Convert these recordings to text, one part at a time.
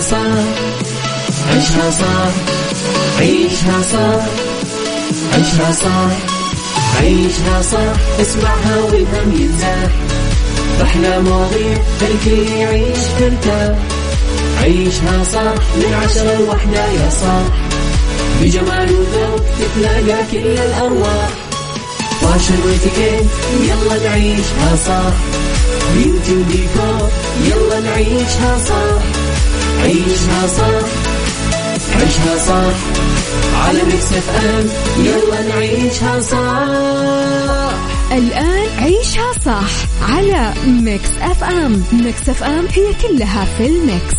صح عيشها صح عيشها صح عيشها صح عيشها صح اسمعها والهم ينزاح أحلى مواضيع الكل يعيش ترتاح عيشها صح من 10 ل1 يا صاح بجمال وذوق تتلاقى كل الأرواح فاشل واتيكيت يلا نعيشها صح بيوتي وديكور يلا نعيشها صح عيشها صح عيشها صح على ميكس اف ام يلا نعيشها صح. الآن عيشها صح على ميكس اف ام. ميكس اف ام هي كلها في الميكس.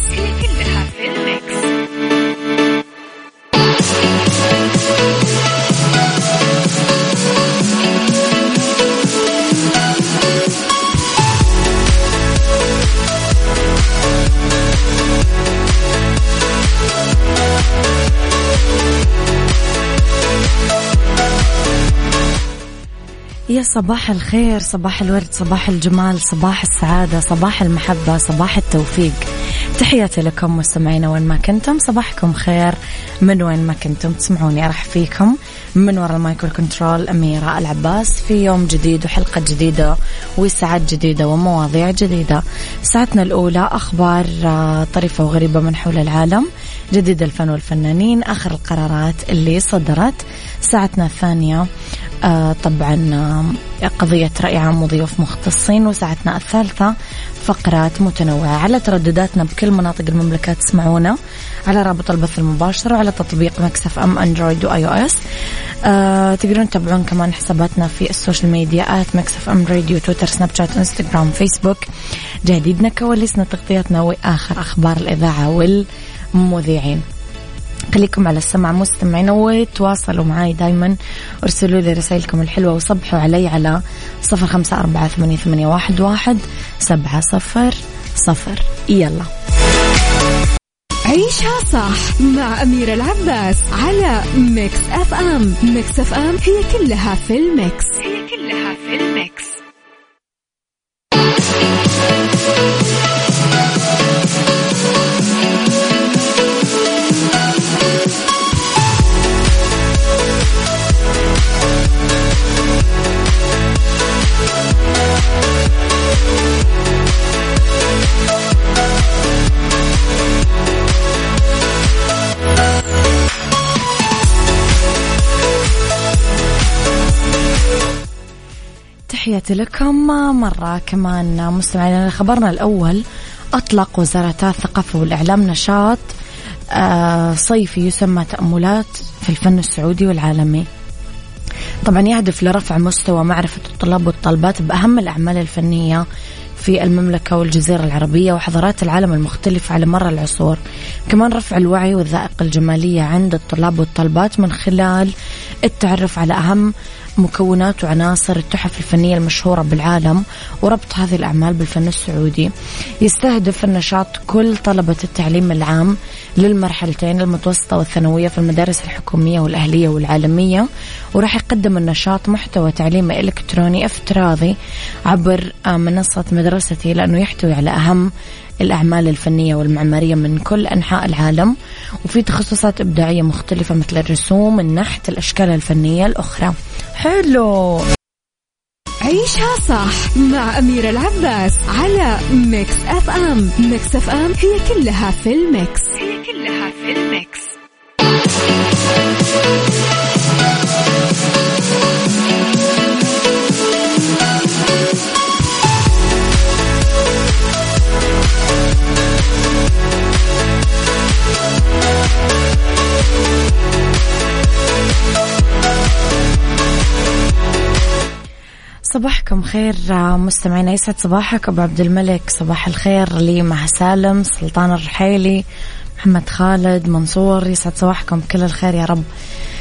يا صباح الخير، صباح الورد، صباح الجمال، صباح السعادة، صباح المحبة، صباح التوفيق. تحياتي لكم مستمعينا وين ما كنتم، صباحكم خير من وين ما كنتم تسمعوني. أرحب فيكم من وراء المايكرو كنترول أميرة العباس في يوم جديد وحلقة جديدة وساعات جديدة ومواضيع جديدة. ساعتنا الأولى أخبار طريفة وغريبة من حول العالم، جديد الفن والفنانين، آخر القرارات اللي صدرت. ساعتنا الثانية طبعا قضية رأي عام وضيوف مختصين. وساعتنا الثالثة فقرات متنوعة على تردداتنا بكل مناطق المملكة. تسمعونا على رابط البث المباشر وعلى تطبيق ميكس اف ام اندرويد واي او اس. تقدرون تتابعون كمان حساباتنا في السوشيال ميديا @ميكس اف ام راديو، تويتر، سناب شات، انستغرام، فيسبوك. جديدنا، كواليسنا، تغطياتنا وآخر أخبار الإذاعة والمذيعين. خليكم على السمع مستمعين وتواصلوا معي دايما، ارسلوا لي رسائلكم الحلوة وصبحوا علي على 0548811700. يلا عيشها صح مع أميرة العباس على ميكس اف ام. ميكس اف ام هي كلها في الميكس. تحياتي لكم مرة كمان مستمعين. خبرنا الأول، أطلق وزارتا الثقافة والإعلام نشاط صيفي يسمى تأملات في الفن السعودي والعالمي. طبعا يهدف لرفع مستوى معرفة الطلاب والطالبات بأهم الأعمال الفنية في المملكة والجزيرة العربية وحضارات العالم المختلفة على مر العصور. كمان رفع الوعي والذائقة الجمالية عند الطلاب والطالبات من خلال التعرف على أهم مكونات وعناصر التحف الفنية المشهورة بالعالم وربط هذه الأعمال بالفن السعودي. يستهدف النشاط كل طلبة التعليم العام للمرحلتين المتوسطة والثانوية في المدارس الحكومية والأهلية والعالمية. وراح يقدم النشاط محتوى تعليمي إلكتروني افتراضي عبر منصة مدرستي، لأنه يحتوي على أهم الأعمال الفنية والمعمارية من كل أنحاء العالم، وفي تخصصات إبداعية مختلفة مثل الرسوم، النحت، الأشكال الفنية الأخرى. حلو. عيشها صح مع أميرة العباس على ميكس اف ام. ميكس اف ام هي كلها في الميكس. صباحكم خير مستمعينا، يسعد صباحك أبو عبد الملك. صباح الخير لي مع سالم، سلطان الرحيلي، محمد خالد، منصور. يسعد صباحكم كل الخير يا رب.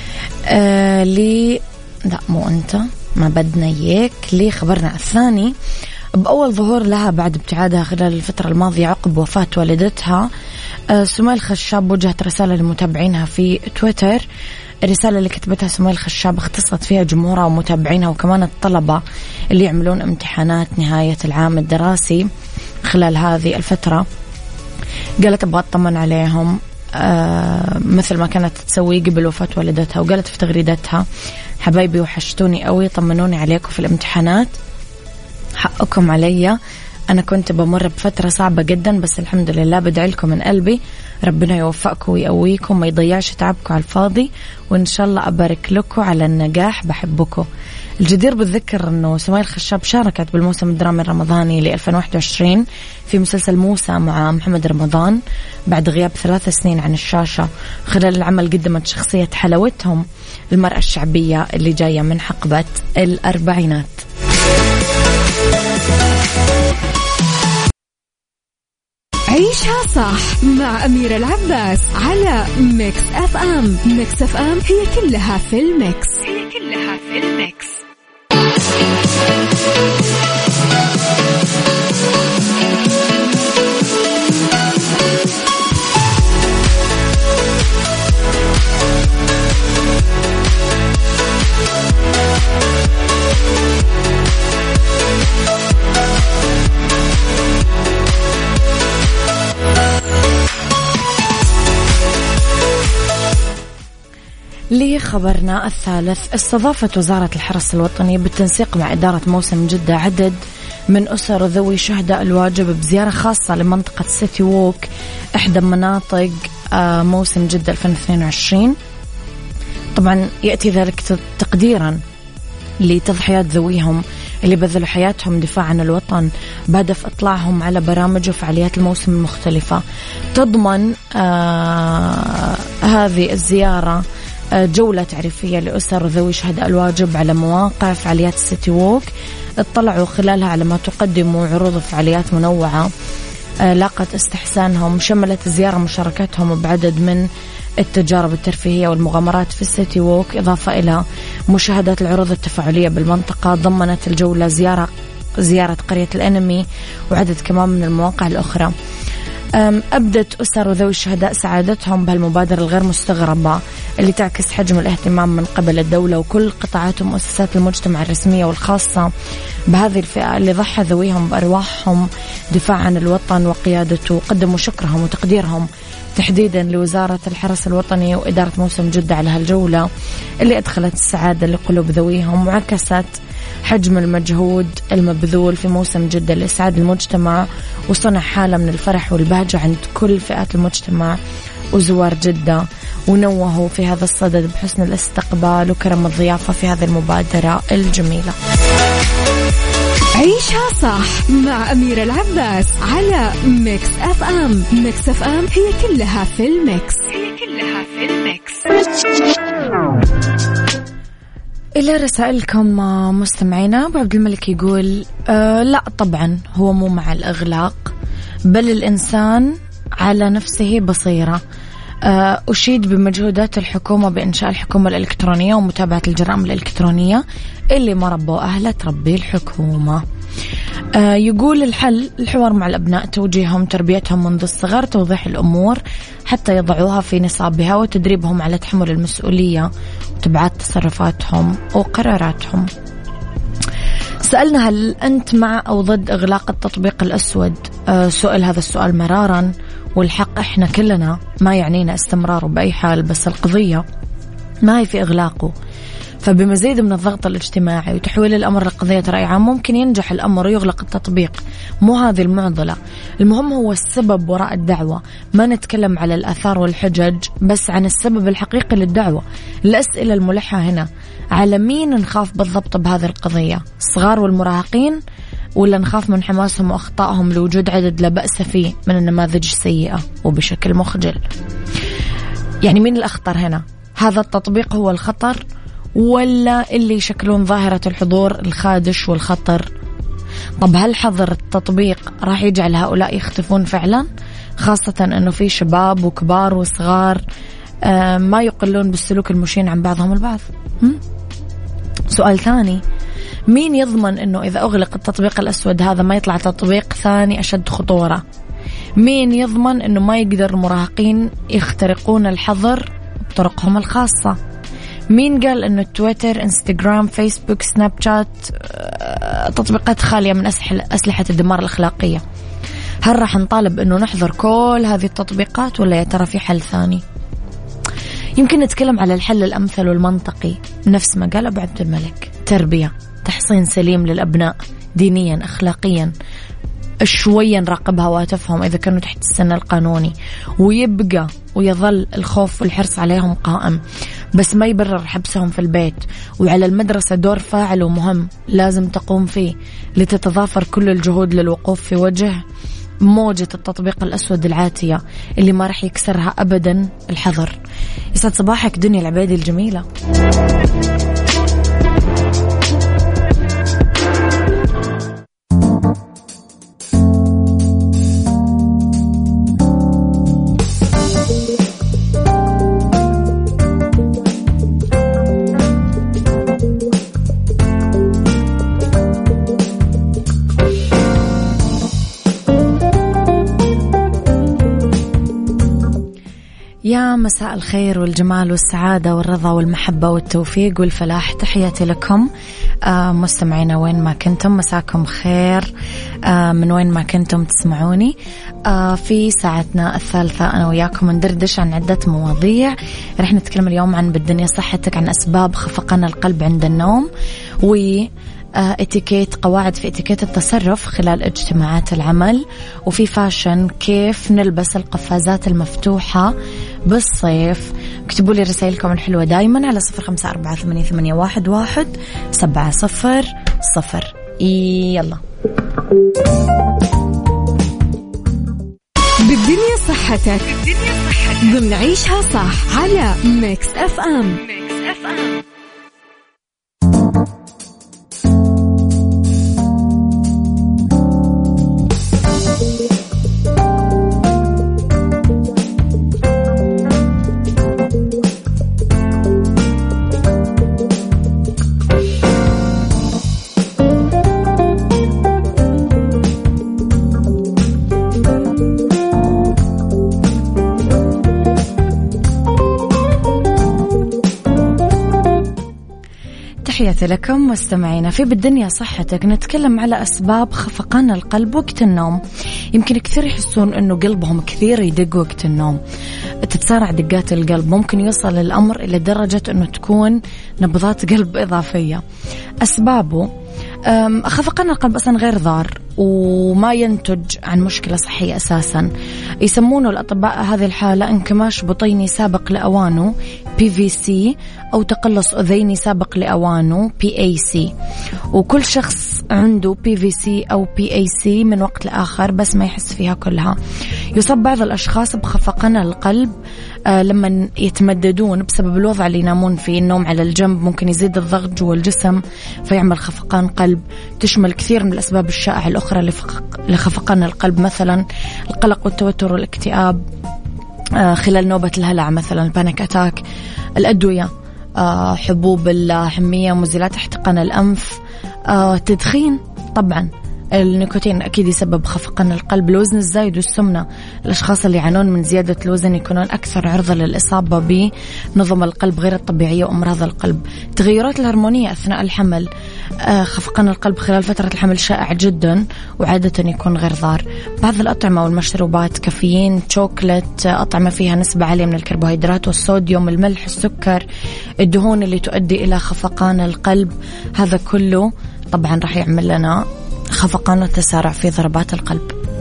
لي لا مو أنت، ما بدنا إياك. لي خبرنا الثاني، بأول ظهور لها بعد ابتعادها خلال الفترة الماضية عقب وفاة والدتها، سمية الخشاب وجهت رسالة لمتابعينها في تويتر. الرسالة اللي كتبتها سمية الخشاب اختصت فيها جمهورها ومتابعينها وكمان الطلبة اللي يعملون امتحانات نهاية العام الدراسي خلال هذه الفترة. قالت أبغى أطمن عليهم مثل ما كانت تسوي قبل وفاة والدتها. وقالت في تغريدتها: حبايبي وحشتوني قوي، طمنوني عليكم في الامتحانات، حقكم عليا، أنا كنت بمر بفترة صعبة جدا بس الحمد لله، بدعي لكم من قلبي ربنا يوفقكم ويقويكم، ما يضيعش تعبكم على الفاضي، وإن شاء الله أبارك لكم على النجاح، بحبكم. الجدير بالذكر أنه سمية الخشاب شاركت بالموسم الدرامي الرمضاني ل 2021 في مسلسل موسى مع محمد رمضان بعد غياب 3 سنين عن الشاشة. خلال العمل قدمت شخصية حلاوتهم، المرأة الشعبية اللي جاية من حقبة الأربعينات. عيشها صح مع أميرة العباس على ميكس أف أم. ميكس أف أم هي كلها في الميكس، هي كلها في الميكس. لخبرنا الثالث، استضافت وزارة الحرس الوطني بالتنسيق مع إدارة موسم جدة عدد من أسر ذوي شهداء الواجب بزيارة خاصة لمنطقة سيتي ووك، إحدى مناطق موسم جدة 2022. طبعا يأتي ذلك تقديرا لتضحيات ذويهم اللي بذلوا حياتهم دفاع عن الوطن بهدف إطلاعهم على برامج وفعاليات الموسم المختلفة. تضمن هذه الزيارة جولة تعريفية لأسر ذوي شهداء الواجب على مواقع فعاليات السيتي ووك، اطلعوا خلالها على ما تقدم عروض فعاليات منوعة لاقت استحسانهم. شملت الزيارة مشاركتهم بعدد من التجارب الترفيهية والمغامرات في السيتي ووك، إضافة إلى مشاهدة العروض التفاعلية بالمنطقة. ضمنت الجولة زيارة قرية الأنمي وعدد كمان من المواقع الأخرى. أبدت أسر ذوي الشهداء سعادتهم بهالمبادرة الغير مستغربة اللي تعكس حجم الاهتمام من قبل الدولة وكل قطاعات ومؤسسات المجتمع الرسمية والخاصة بهذه الفئة اللي ضحى ذويهم بأرواحهم دفاع عن الوطن وقيادته. قدموا شكرهم وتقديرهم تحديدا لوزارة الحرس الوطني وإدارة موسم جدة على هالجولة اللي أدخلت السعادة لقلوب ذويهم وعكست حجم المجهود المبذول في موسم جدة لإسعاد المجتمع وصنع حالة من الفرح والبهجة عند كل فئات المجتمع وزوار جدة. ونوهوا في هذا الصدد بحسن الاستقبال وكرم الضيافة في هذه المبادرة الجميلة. عيشها صح مع أميرة العباس على ميكس أف أم. ميكس أف أم هي كلها في الميكس، هي كلها في الميكس. إلى رسائلكم مستمعينا. أبو عبد الملك يقول لا طبعا هو مو مع الإغلاق، بل الإنسان على نفسه بصيرة. أشيد بمجهودات الحكومة بإنشاء الحكومة الإلكترونية ومتابعة الجرائم الإلكترونية اللي ما ربوا أهلها تربي الحكومة. يقول الحوار مع الأبناء، توجيههم، تربيتهم منذ الصغر، توضيح الأمور حتى يضعوها في نصابها وتدريبهم على تحمل المسؤولية وتبعات تصرفاتهم وقراراتهم. سألنا هل أنت مع أو ضد إغلاق التطبيق الأسود؟ سؤال هذا السؤال مرارا، والحق إحنا كلنا ما يعنينا استمراره بأي حال، بس القضية ما هي في إغلاقه. فبمزيد من الضغط الاجتماعي وتحويل الأمر لقضية رأي عام ممكن ينجح الأمر ويغلق التطبيق، مو هذه المعضلة. المهم هو السبب وراء الدعوة، ما نتكلم على الآثار والحجج، بس عن السبب الحقيقي للدعوة. الأسئلة الملحة هنا على مين نخاف بالضبط بهذه القضية؟ الصغار والمراهقين، ولا نخاف من حماسهم وأخطائهم لوجود عدد لا بأس فيه من النماذج السيئة وبشكل مخجل؟ يعني مين الأخطر هنا؟ هذا التطبيق هو الخطر، ولا اللي يشكلون ظاهرة الحضور الخادش والخطر؟ طب هل حظر التطبيق راح يجعل هؤلاء يختفون فعلا؟ خاصة أنه في شباب وكبار وصغار ما يقلون بالسلوك المشين عن بعضهم البعض. سؤال ثاني، مين يضمن أنه إذا أغلق التطبيق الأسود هذا ما يطلع تطبيق ثاني أشد خطورة؟ مين يضمن أنه ما يقدر المراهقين يخترقون الحظر بطرقهم الخاصة؟ مين قال أنه تويتر، إنستغرام، فيسبوك، سناب شات تطبيقات خالية من أسلحة الدمار الأخلاقية؟ هل راح نطالب أنه نحظر كل هذه التطبيقات ولا يا ترى في حل ثاني؟ يمكن نتكلم على الحل الأمثل والمنطقي نفس ما قال أبو عبد الملك: تربية، تحصين سليم للأبناء دينيا أخلاقيا، شوية نراقب هواتفهم إذا كانوا تحت السن القانوني، ويبقى ويظل الخوف والحرص عليهم قائم، بس ما يبرر حبسهم في البيت. وعلى المدرسة دور فاعل ومهم لازم تقوم فيه لتتضافر كل الجهود للوقوف في وجه موجة التطبيق الأسود العاتية اللي ما رح يكسرها أبدا الحظر. يسعد صباحك دنيا العبيدي الجميلة. يا مساء الخير والجمال والسعادة والرضا والمحبة والتوفيق والفلاح، تحياتي لكم مستمعينا وين ما كنتم، مساكم خير من وين ما كنتم تسمعوني. في ساعتنا الثالثة أنا وياكم ندردش عن عدة مواضيع. رح نتكلم اليوم عن بالدنيا صحتك، عن أسباب خفقان القلب عند النوم، اتيكيت، قواعد في اتيكيت التصرف خلال اجتماعات العمل، وفي فاشن، كيف نلبس القفازات المفتوحة بالصيف. اكتبوا لي رسائلكم الحلوة دايما على 0548811700. يلا بالدنيا صحتك ضمن عيشها صح على ميكس اف ام. تحياتي لكم مستمعينا في بالدنيا صحتك. نتكلم على أسباب خفقان القلب وقت النوم. يمكن كثير يحسون أنه قلبهم كثير يدق وقت النوم، تتسارع دقات القلب، ممكن يوصل الأمر إلى درجة أنه تكون نبضات قلب إضافية. أسبابه خفقان القلب أصلا غير ضار وما ينتج عن مشكلة صحية أساسا. يسمونه الأطباء هذه الحالة انكماش بطيني سابق لأوانه PVC أو تقلص أذيني سابق لأوانه PAC. وكل شخص عنده PVC أو PAC من وقت لآخر بس ما يحس فيها كلها. يصاب بعض الأشخاص بخفقان القلب لما يتمددون بسبب الوضع اللي ينامون فيه. النوم على الجنب ممكن يزيد الضغط جوا الجسم فيعمل خفقان قلب. تشمل كثير من الأسباب الشائعة الأخرى لخفقان القلب، مثلا القلق والتوتر والاكتئاب خلال نوبة الهلع، مثلا البانيك أتاك، الأدوية، حبوب الحمية، مزيلات احتقان الأنف، تدخين، طبعا النيكوتين أكيد يسبب خفقان القلب. الوزن الزايد والسمنة، الأشخاص اللي يعانون من زيادة الوزن يكونون أكثر عرضة للإصابة بنظم القلب غير الطبيعية وأمراض القلب. التغيرات الهرمونية أثناء الحمل، خفقان القلب خلال فترة الحمل شائع جدا وعادة يكون غير ضار. بعض الأطعمة والمشروبات، كافيين، شوكولات، أطعمة فيها نسبة عالية من الكربوهيدرات والصوديوم، الملح، السكر، الدهون اللي تؤدي إلى خفقان القلب، هذا كله طبعا راح يعمل لنا خفقان وتسارع في ضربات القلب.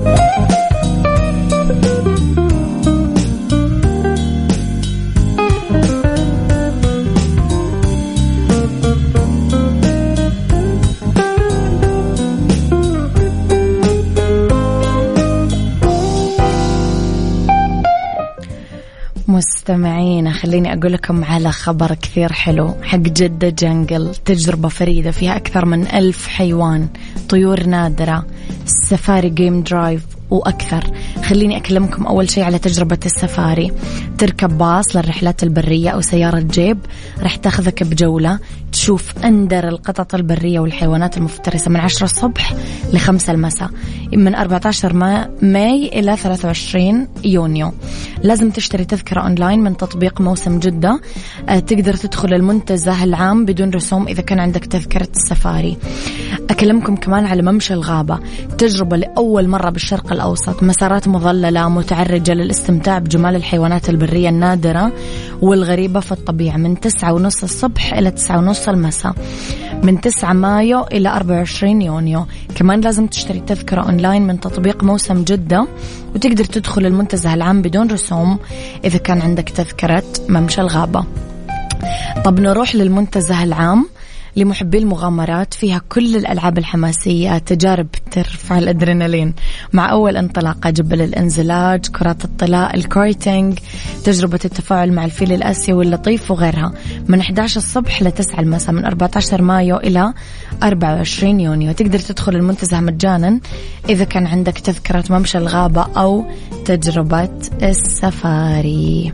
مستمعين خليني أقول لكم على خبر كثير حلو حق جدة جنجل، تجربة فريدة فيها أكثر من 1000 حيوان، طيور نادرة، سفاري جيم درايف وأكثر. خليني أكلمكم أول شيء على تجربة السفاري. تركب باص للرحلات البرية أو سيارة جيب، رح تاخذك بجولة تشوف أندر القطط البرية والحيوانات المفترسة من 10 الصبح ل5 المساء، من 14 ماي إلى 23 يونيو. لازم تشتري تذكرة أونلاين من تطبيق موسم جدة. تقدر تدخل المنتزه العام بدون رسوم إذا كان عندك تذكرة السفاري. أكلمكم كمان على ممشى الغابة، تجربة لأول مرة بالشرق الأوسط، مسارات مظللة متعرجة للاستمتاع بجمال الحيوانات البرية النادرة والغريبة في الطبيعة، من 9:30 الصبح إلى 9:30 المساء، من 9 مايو إلى 24 يونيو. كمان لازم تشتري تذكرة أونلاين من تطبيق موسم جدة، وتقدر تدخل المنتزه العام بدون رسوم إذا كان عندك تذكرة ممشى الغابة. طب نروح للمنتزه العام لمحبي المغامرات، فيها كل الألعاب الحماسية، تجارب ترفع الأدرينالين، مع أول انطلاقة جبل الانزلاج، كرات الطلاء، الكورتينج، تجربة التفاعل مع الفيل الآسيوي واللطيف وغيرها، من 11 الصبح ل 9 المساء، من 14 مايو إلى 24 يونيو. تقدر تدخل المنتزه مجانا إذا كان عندك تذكرة ممشى الغابة أو تجربة السفاري.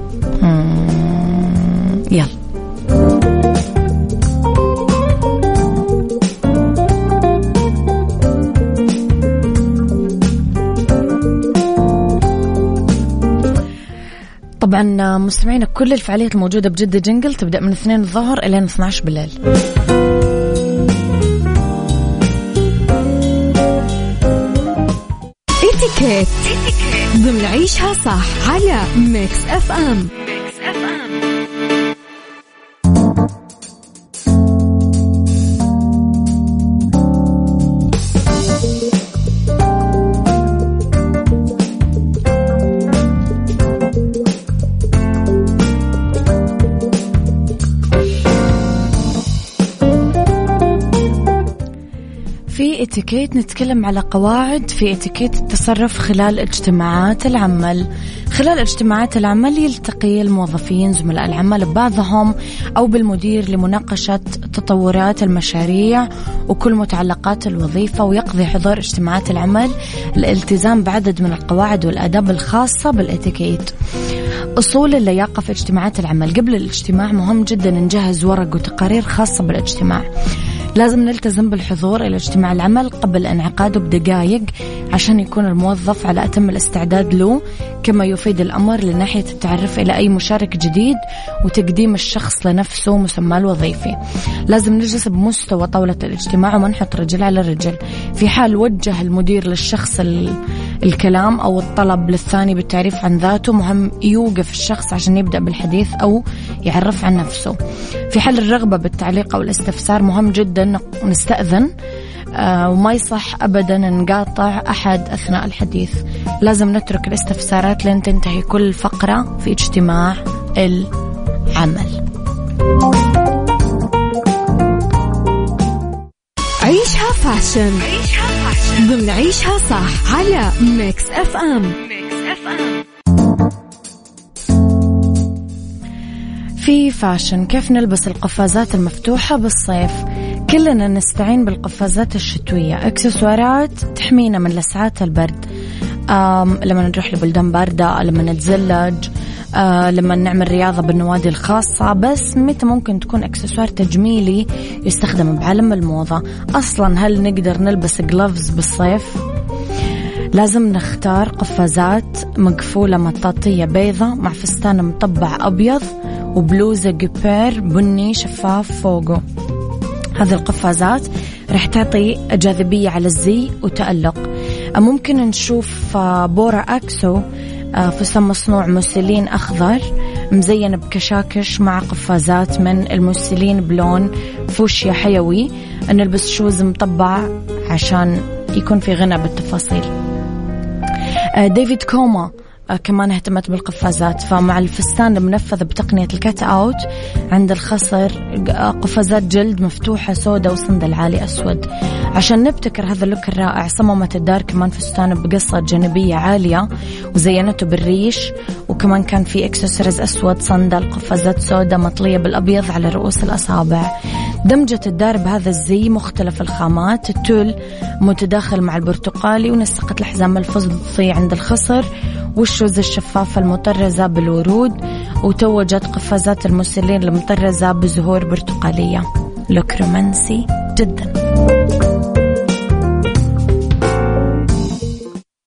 يلا طبعا مستمعينا، كل الفعاليات الموجودة بجدة جنجل تبدأ من 2 الظهر إلى 12 بالليل. اتيكيت ضمن عيشها صح على ميكس اف ام. في اتيكيت نتكلم على قواعد في اتيكيت التصرف خلال اجتماعات العمل. خلال اجتماعات العمل يلتقي الموظفين زملاء العمل ببعضهم أو بالمدير لمناقشة تطورات المشاريع وكل متعلقات الوظيفة، ويقضي حضور اجتماعات العمل الالتزام بعدد من القواعد والآداب الخاصة بالاتيكيت. أصول اللياقة في اجتماعات العمل. قبل الاجتماع مهم جدا نجهز ورق وتقارير خاصة بالاجتماع. لازم نلتزم بالحضور إلى اجتماع العمل قبل انعقاده بدقائق عشان يكون الموظف على أتم الاستعداد له، كما يفيد الأمر لناحية التعرف إلى أي مشارك جديد وتقديم الشخص لنفسه مسمى الوظيفي. لازم نجلس بمستوى طاولة الاجتماع وما نحط رجل على رجل. في حال وجه المدير للشخص الكلام أو الطلب للثاني بالتعريف عن ذاته، مهم يوقف الشخص عشان يبدأ بالحديث أو يعرف عن نفسه. في حال الرغبة بالتعليق أو الاستفسار مهم جدا نستأذن، وما يصح أبدا نقاطع أحد أثناء الحديث. لازم نترك الاستفسارات لين تنتهي كل فقرة في اجتماع العمل. عيشها فاشن ضمن عيشها صح على ميكس اف ام. في فاشن، كيف نلبس القفازات المفتوحة بالصيف؟ كلنا نستعين بالقفازات الشتوية، اكسسوارات تحمينا من لسعات البرد لما نروح لبلدان باردة، لما نتزلج، لما نعمل رياضة بالنوادي الخاصة. بس متى ممكن تكون اكسسوار تجميلي يستخدم بعالم الموضة؟ أصلا هل نقدر نلبس جلوفز بالصيف؟ لازم نختار قفازات مقفولة مطاطية بيضة مع فستان مطبع أبيض وبلوزة جيبير بني شفاف فوقه. هذه القفازات رح تعطي جاذبية على الزي وتألق. ممكن نشوف بورا أكسو فستان مصنوع موسيلين أخضر مزين بكشاكش مع قفازات من الموسيلين بلون فوشيا حيوي. نلبس شوز مطبع عشان يكون في غنى بالتفاصيل. ديفيد كوما كمان اهتمت بالقفازات، فمع الفستان المنفذ بتقنية الكات أوت عند الخصر قفازات جلد مفتوحة سوداء وصندل عالي أسود. عشان نبتكر هذا اللوك الرائع صممت الدار كمان فستان بقصة جانبية عالية وزينته بالريش، وكمان كان في اكسسوارز أسود، صندل، قفازات سوداء مطلية بالأبيض على رؤوس الأصابع. دمجت الدار بهذا الزي مختلف الخامات، التول متداخل مع البرتقالي، ونسقت الحزام الفضي عند الخصر والشوز الشفافة المطرزة بالورود، وتوجت قفازات الموسيلين المطرزة بزهور برتقالية. لوك رومانسي جدا.